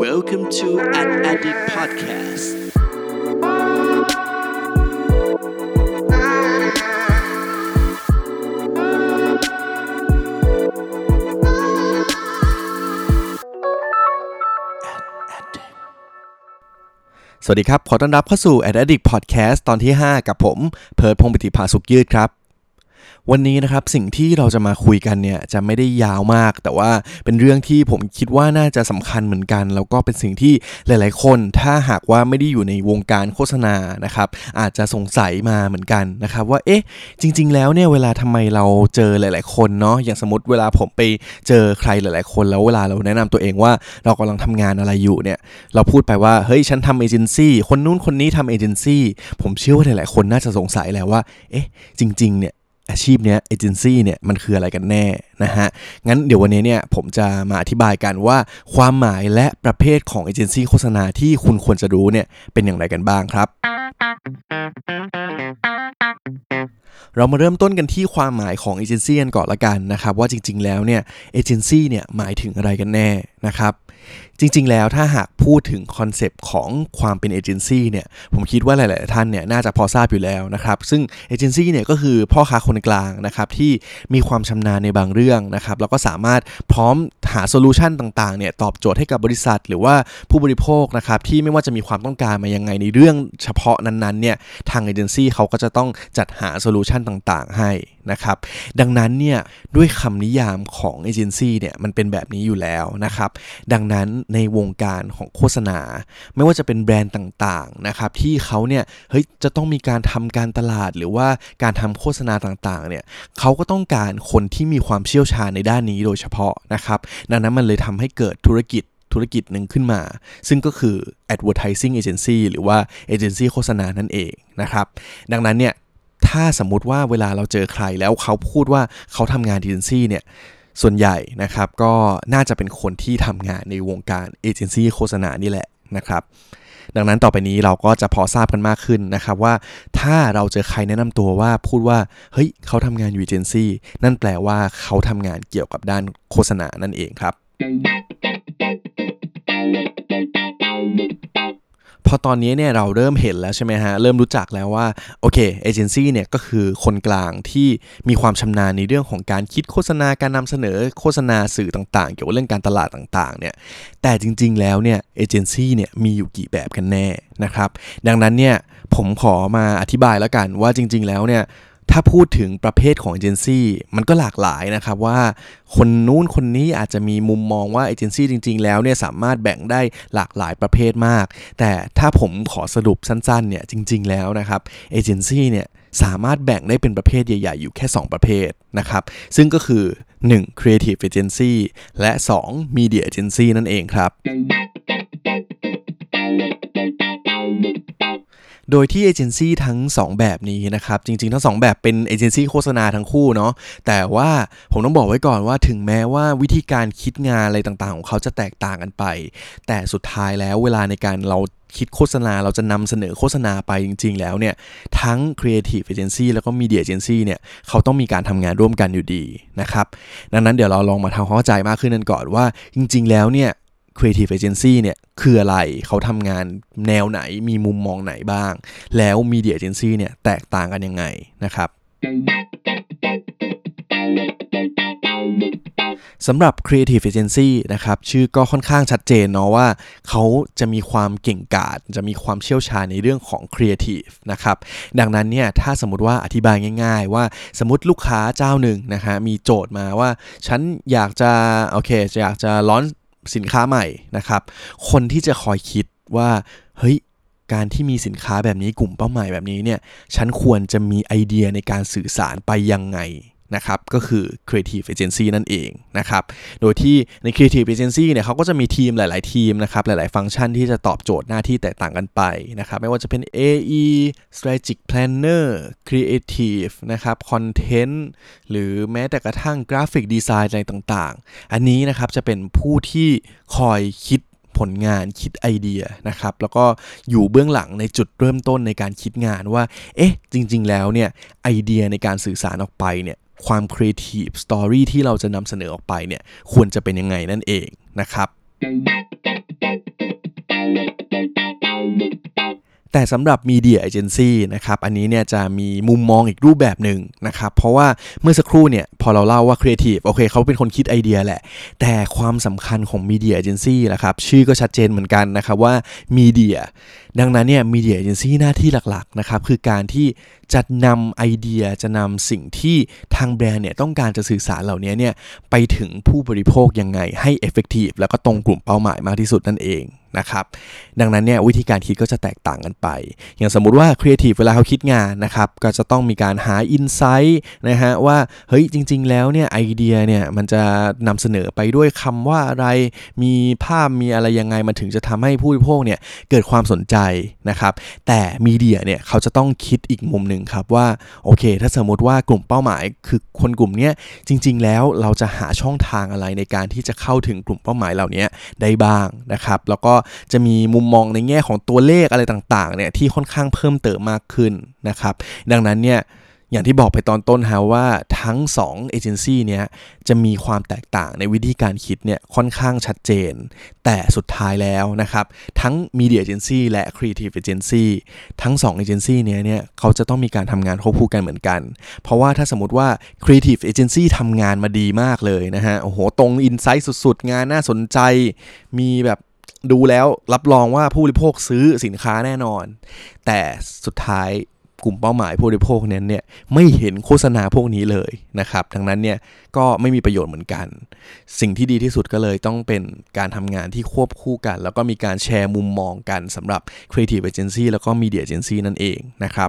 Welcome to Ad Addict Podcast สวัสดีครับขอต้อนรับเข้าสู่ Ad Addict Podcast ตอนที่ 5 กับผมเพิร์ท พงษ์ ปิติภาสุขยืดครับวันนี้นะครับสิ่งที่เราจะมาคุยกันเนี่ยจะไม่ได้ยาวมากแต่ว่าเป็นเรื่องที่ผมคิดว่าน่าจะสำคัญเหมือนกันแล้วก็เป็นสิ่งที่หลายๆคนถ้าหากว่าไม่ได้อยู่ในวงการโฆษณานะครับอาจจะสงสัยมาเหมือนกันนะครับว่าจริงๆแล้วเนี่ยเวลาทำไมเราเจอหลายๆคนเนาะอย่างสมมติเวลาผมไปเจอใครหลายๆคนแล้วเวลาเราแนะนำตัวเองว่าเรากำลังทำงานอะไรอยู่เนี่ยเราพูดไปว่าเฮ้ยฉันทำเอเจนซี่คนนู้นคนนี้ทำเอเจนซี่ผมเชื่อว่าหลายๆคนน่าจะสงสัยแล้วว่าจริงๆเนี่ยอาชีพเนี้ยเอเจนซี่เนี่ยมันคืออะไรกันแน่นะฮะงั้นเดี๋ยววันนี้เนี่ยผมจะมาอธิบายกันว่าความหมายและประเภทของเอเจนซี่โฆษณาที่คุณควรจะรู้เนี่ยเป็นอย่างไรกันบ้างครับเรามาเริ่มต้นกันที่ความหมายของเอเจนซี่กันก่อนละกันนะครับว่าจริงๆแล้วเนี่ยเอเจนซี่เนี่ยหมายถึงอะไรกันแน่นะครับจริงๆแล้วถ้าหากพูดถึงคอนเซปต์ของความเป็นเอเจนซี่เนี่ยผมคิดว่าหลายๆท่านเนี่ยน่าจะพอทราบอยู่แล้วนะครับซึ่งเอเจนซี่เนี่ยก็คือพ่อค้าคนกลางนะครับที่มีความชำนาญในบางเรื่องนะครับแล้วก็สามารถพร้อมหาโซลูชันต่างๆเนี่ยตอบโจทย์ให้กับบริษัทหรือว่าผู้บริโภคนะครับที่ไม่ว่าจะมีความต้องการมายังไงในเรื่องเฉพาะนั้นๆเนี่ยทางเอเจนซี่เขาก็จะต้องจัดหาโซลูชันต่างๆให้นะครับดังนั้นเนี่ยด้วยคำนิยามของเอเจนซี่เนี่ยมันเป็นแบบนี้อยู่แล้วนะครับดังนั้นในวงการของโฆษณาไม่ว่าจะเป็นแบรนด์ต่างๆนะครับที่เขาเนี่ยจะต้องมีการทำการตลาดหรือว่าการทำโฆษณาต่างๆเนี่ยเขาก็ต้องการคนที่มีความเชี่ยวชาญในด้านนี้โดยเฉพาะนะครับดังนั้นมันเลยทำให้เกิดธุรกิจหนึ่งขึ้นมาซึ่งก็คือ advertising agency หรือว่าเอเจนซี่โฆษณานั่นเองนะครับดังนั้นเนี่ยถ้าสมมุติว่าเวลาเราเจอใครแล้วเขาพูดว่าเขาทำงานเอเจนซี่เนี่ยส่วนใหญ่นะครับก็น่าจะเป็นคนที่ทำงานในวงการเอเจนซี่โฆษณานี่แหละนะครับดังนั้นต่อไปนี้เราก็จะพอทราบกันมากขึ้นนะครับว่าถ้าเราเจอใครแนะนำตัวว่าพูดว่าเฮ้ยเขาทำงานอยู่เอเจนซี่นั่นแปลว่าเขาทำงานเกี่ยวกับด้านโฆษณานั่นเองครับพอตอนนี้เนี่ยเราเริ่มเห็นแล้วใช่ไหมฮะเริ่มรู้จักแล้วว่าโอเคเอเจนซี่เนี่ยก็คือคนกลางที่มีความชำนาญในเรื่องของการคิดโฆษณาการนำเสนอโฆษณาสื่อต่างๆเกี่ยวกับเรื่องการตลาดต่างๆเนี่ยแต่จริงๆแล้วเนี่ยเอเจนซี่เนี่ยมีอยู่กี่แบบกันแน่นะครับดังนั้นเนี่ยผมขอมาอธิบายแล้วกันว่าจริงๆแล้วเนี่ยถ้าพูดถึงประเภทของเอเจนซี่มันก็หลากหลายนะครับว่าคนนู้นคนนี้อาจจะมีมุมมองว่าเอเจนซี่จริงๆแล้วเนี่ยสามารถแบ่งได้หลากหลายประเภทมากแต่ถ้าผมขอสรุปสั้นๆเนี่ยจริงๆแล้วนะครับเอเจนซี่เนี่ยสามารถแบ่งได้เป็นประเภทใหญ่ๆอยู่แค่2ประเภทนะครับซึ่งก็คือ1 Creative Agency และ2 Media Agency นั่นเองครับโดยที่เอเจนซี่ทั้ง2แบบนี้นะครับจริงๆทั้ง2แบบเป็นเอเจนซี่โฆษณาทั้งคู่เนาะแต่ว่าผมต้องบอกไว้ก่อนว่าถึงแม้ว่าวิธีการคิดงานอะไรต่างๆของเขาจะแตกต่างกันไปแต่สุดท้ายแล้วเวลาในการเราคิดโฆษณาเราจะนำเสนอโฆษณาไปจริงๆแล้วเนี่ยทั้ง Creative Agency แล้วก็ Media Agency เนี่ยเขาต้องมีการทำงานร่วมกันอยู่ดีนะครับดังนั้นเดี๋ยวเราลองมาทำความเข้าใจมากขึ้นกันก่อนว่าจริงๆแล้วเนี่ยCreative Agency เนี่ยคืออะไรเขาทำงานแนวไหนมีมุมมองไหนบ้างแล้ว Media Agency เนี่ยแตกต่างกันยังไงนะครับสำหรับ Creative Agency นะครับชื่อก็ค่อนข้างชัดเจนเนาะว่าเขาจะมีความเก่งกาจจะมีความเชี่ยวชาญในเรื่องของ Creative นะครับดังนั้นเนี่ยถ้าสมมุติว่าอธิบายง่ายๆว่าสมมุติลูกค้าเจ้าหนึ่งนะฮะมีโจทย์มาว่าฉันอยากจะลอนสินค้าใหม่นะครับคนที่จะคอยคิดว่าเฮ้ยการที่มีสินค้าแบบนี้กลุ่มเป้าหมายแบบนี้เนี่ยฉันควรจะมีไอเดียในการสื่อสารไปยังไงนะครับก็คือ Creative Agency นั่นเองนะครับโดยที่ใน Creative Agency เนี่ยเขาก็จะมีทีมหลายๆทีมนะครับหลายๆฟังก์ชันที่จะตอบโจทย์หน้าที่แตกต่างกันไปนะครับไม่ว่าจะเป็น AE Strategic Planner Creative นะครับ Content หรือแม้แต่กระทั่ง Graphic Design อะไรต่างๆอันนี้นะครับจะเป็นผู้ที่คอยคิดผลงานคิดไอเดียนะครับแล้วก็อยู่เบื้องหลังในจุดเริ่มต้นในการคิดงานว่าจริงๆแล้วเนี่ยไอเดียในการสื่อสารออกไปเนี่ยความ Creative Story ที่เราจะนำเสนอออกไปเนี่ยควรจะเป็นยังไงนั่นเองนะครับแต่สำหรับ Media Agency นะครับอันนี้เนี่ยจะมีมุมมองอีกรูปแบบหนึ่งนะครับเพราะว่าเมื่อสักครู่เนี่ยพอเราเล่าว่า Creative โอเคเขาเป็นคนคิดไอเดียแหละแต่ความสำคัญของ Media Agency ล่ะครับชื่อก็ชัดเจนเหมือนกันนะครับว่า Media ดังนั้นเนี่ย Media Agency หน้าที่หลักๆนะครับคือการที่จะนำไอเดียจะนำสิ่งที่ทางแบรนด์เนี่ยต้องการจะสื่อสารเหล่านี้เนี่ยไปถึงผู้บริโภคยังไงให้ effective แล้วก็ตรงกลุ่มเป้าหมายมากที่สุดนั่นเองนะครับดังนั้นเนี่ยวิธีการคิดก็จะแตกต่างกันไปอย่างสมมุติว่า Creative เวลาเขาคิดงานนะครับก็จะต้องมีการหา Insight นะฮะว่าเฮ้ยจริงๆแล้วเนี่ยไอเดียเนี่ยมันจะนำเสนอไปด้วยคำว่าอะไรมีภาพมีอะไรยังไงมันถึงจะทำให้ผู้บริโภคเนี่ยเกิดความสนใจนะครับแต่มีเดียเนี่ยเขาจะต้องคิดอีกมุมหนึ่งครับว่าโอเคถ้าสมมติว่ากลุ่มเป้าหมายคือคนกลุ่มนี้จริงๆแล้วเราจะหาช่องทางอะไรในการที่จะเข้าถึงกลุ่มเป้าหมายเหล่านี้ได้บ้างนะครับแล้วก็จะมีมุมมองในแง่ของตัวเลขอะไรต่างๆเนี่ยที่ค่อนข้างเพิ่มเติมมากขึ้นนะครับดังนั้นเนี่ยอย่างที่บอกไปตอนต้นฮะว่าทั้ง2เอเจนซี่เนี้ยจะมีความแตกต่างในวิธีการคิดเนี่ยค่อนข้างชัดเจนแต่สุดท้ายแล้วนะครับทั้ง Media Agency และ Creative Agency ทั้ง2เอเจนซี่เนี้ยเขาจะต้องมีการทำงานควบคู่กันเหมือนกันเพราะว่าถ้าสมมติว่า Creative Agency ทำงานมาดีมากเลยนะฮะโอ้โหตรง Insight สุดๆงานน่าสนใจมีแบบดูแล้วรับรองว่าผู้บริโภคซื้อสินค้าแน่นอนแต่สุดท้ายกลุ่มเป้าหมายผู้บริโภคนั้นเนี่ยไม่เห็นโฆษณาพวกนี้เลยนะครับดังนั้นเนี่ยก็ไม่มีประโยชน์เหมือนกันสิ่งที่ดีที่สุดก็เลยต้องเป็นการทำงานที่ควบคู่กันแล้วก็มีการแชร์มุมมองกันสำหรับ Creative Agency แล้วก็ Media Agency นั่นเองนะครับ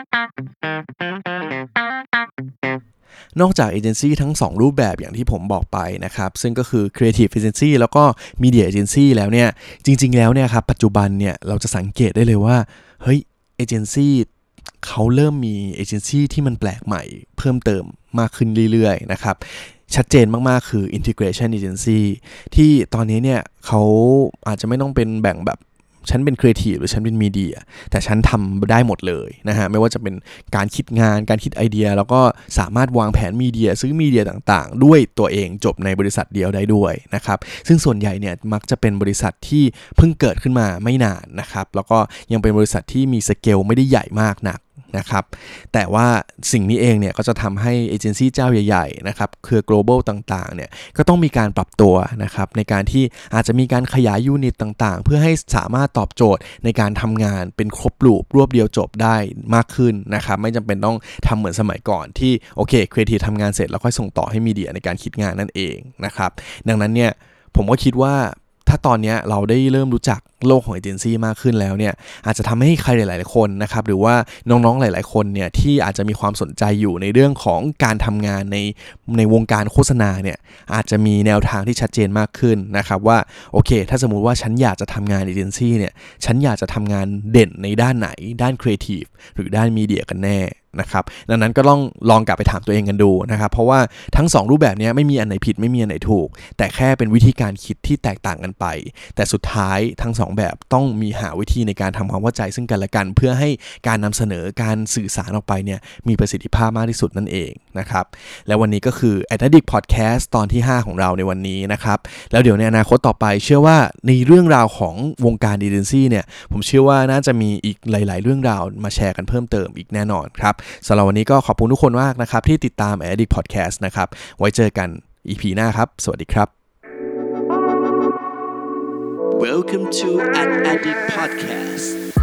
นอกจากเอเจนซี่ทั้ง2รูปแบบอย่างที่ผมบอกไปนะครับซึ่งก็คือ Creative Agency แล้วก็ Media Agency แล้วเนี่ยจริงๆแล้วเนี่ยครับปัจจุบันเนี่ยเราจะสังเกตได้เลยว่าเฮ้ยเอเจนซี่เขาเริ่มมีเอเจนซี่ที่มันแปลกใหม่เพิ่มเติมมากขึ้นเรื่อยๆนะครับชัดเจนมากๆคือ Integration Agency ที่ตอนนี้เนี่ยเขาอาจจะไม่ต้องเป็นแบ่งแบบฉันเป็นครีเอทีฟหรือฉันเป็นมีเดียแต่ฉันทำได้หมดเลยนะฮะไม่ว่าจะเป็นการคิดงานการคิดไอเดียแล้วก็สามารถวางแผนมีเดียซื้อมีเดียต่างๆด้วยตัวเองจบในบริษัทเดียวได้ด้วยนะครับซึ่งส่วนใหญ่เนี่ยมักจะเป็นบริษัทที่เพิ่งเกิดขึ้นมาไม่นานนะครับแล้วก็ยังเป็นบริษัทที่มีสเกลไม่ได้ใหญ่มากนักนะครับแต่ว่าสิ่งนี้เองเนี่ยก็จะทำให้เอเจนซี่เจ้าใหญ่ๆนะครับเครือ global ต่างๆเนี่ยก็ต้องมีการปรับตัวนะครับในการที่อาจจะมีการขยายยูนิตต่างๆเพื่อให้สามารถตอบโจทย์ในการทำงานเป็นครบลูปรวบเดียวจบได้มากขึ้นนะครับไม่จำเป็นต้องทำเหมือนสมัยก่อนที่โอเคครีเอทีฟทำงานเสร็จแล้วค่อยส่งต่อให้มีเดียในการคิดงานนั่นเองนะครับดังนั้นเนี่ยผมก็คิดว่าถ้าตอนนี้เราได้เริ่มรู้จักโลกของเอเจนซี่มากขึ้นแล้วเนี่ยอาจจะทำให้ใครหลายๆคนนะครับหรือว่าน้องๆหลายๆคนเนี่ยที่อาจจะมีความสนใจอยู่ในเรื่องของการทำงานในวงการโฆษณาเนี่ยอาจจะมีแนวทางที่ชัดเจนมากขึ้นนะครับว่าโอเคถ้าสมมุติว่าฉันอยากจะทำงานเอเจนซี่เนี่ยฉันอยากจะทำงานเด่นในด้านไหนด้านครีเอทีฟหรือด้านมีเดียกันแน่นะครับดังนั้นก็ต้องลองกลับไปถามตัวเองกันดูนะครับเพราะว่าทั้ง2รูปแบบนี้ไม่มีอันไหนผิดไม่มีอันไหนถูกแต่แค่เป็นวิธีการคิดที่แตกต่างกันไปแต่สุดท้ายทั้ง2แบบต้องมีหาวิธีในการทำความเข้าใจซึ่งกันและกันเพื่อให้การนำเสนอการสื่อสารออกไปเนี่ยมีประสิทธิภาพมากที่สุดนั่นเองนะครับและวันนี้ก็คือ Addict Podcast ตอนที่5ของเราในวันนี้นะครับแล้วเดี๋ยวในอนาคตต่อไปเชื่อว่าในเรื่องราวของวงการเอเจนซี่เนี่ยผมเชื่อว่าน่าจะมีอีกหลายๆเรื่องราวมาแชร์กันเพิ่มเติมอีกแน่นอนครับสำหรับวันนี้ก็ขอบคุณทุกคนมากนะครับที่ติดตาม Addict Podcast นะครับไว้เจอกัน EP หน้าครับสวัสดีครับ Welcome to an Addict Podcast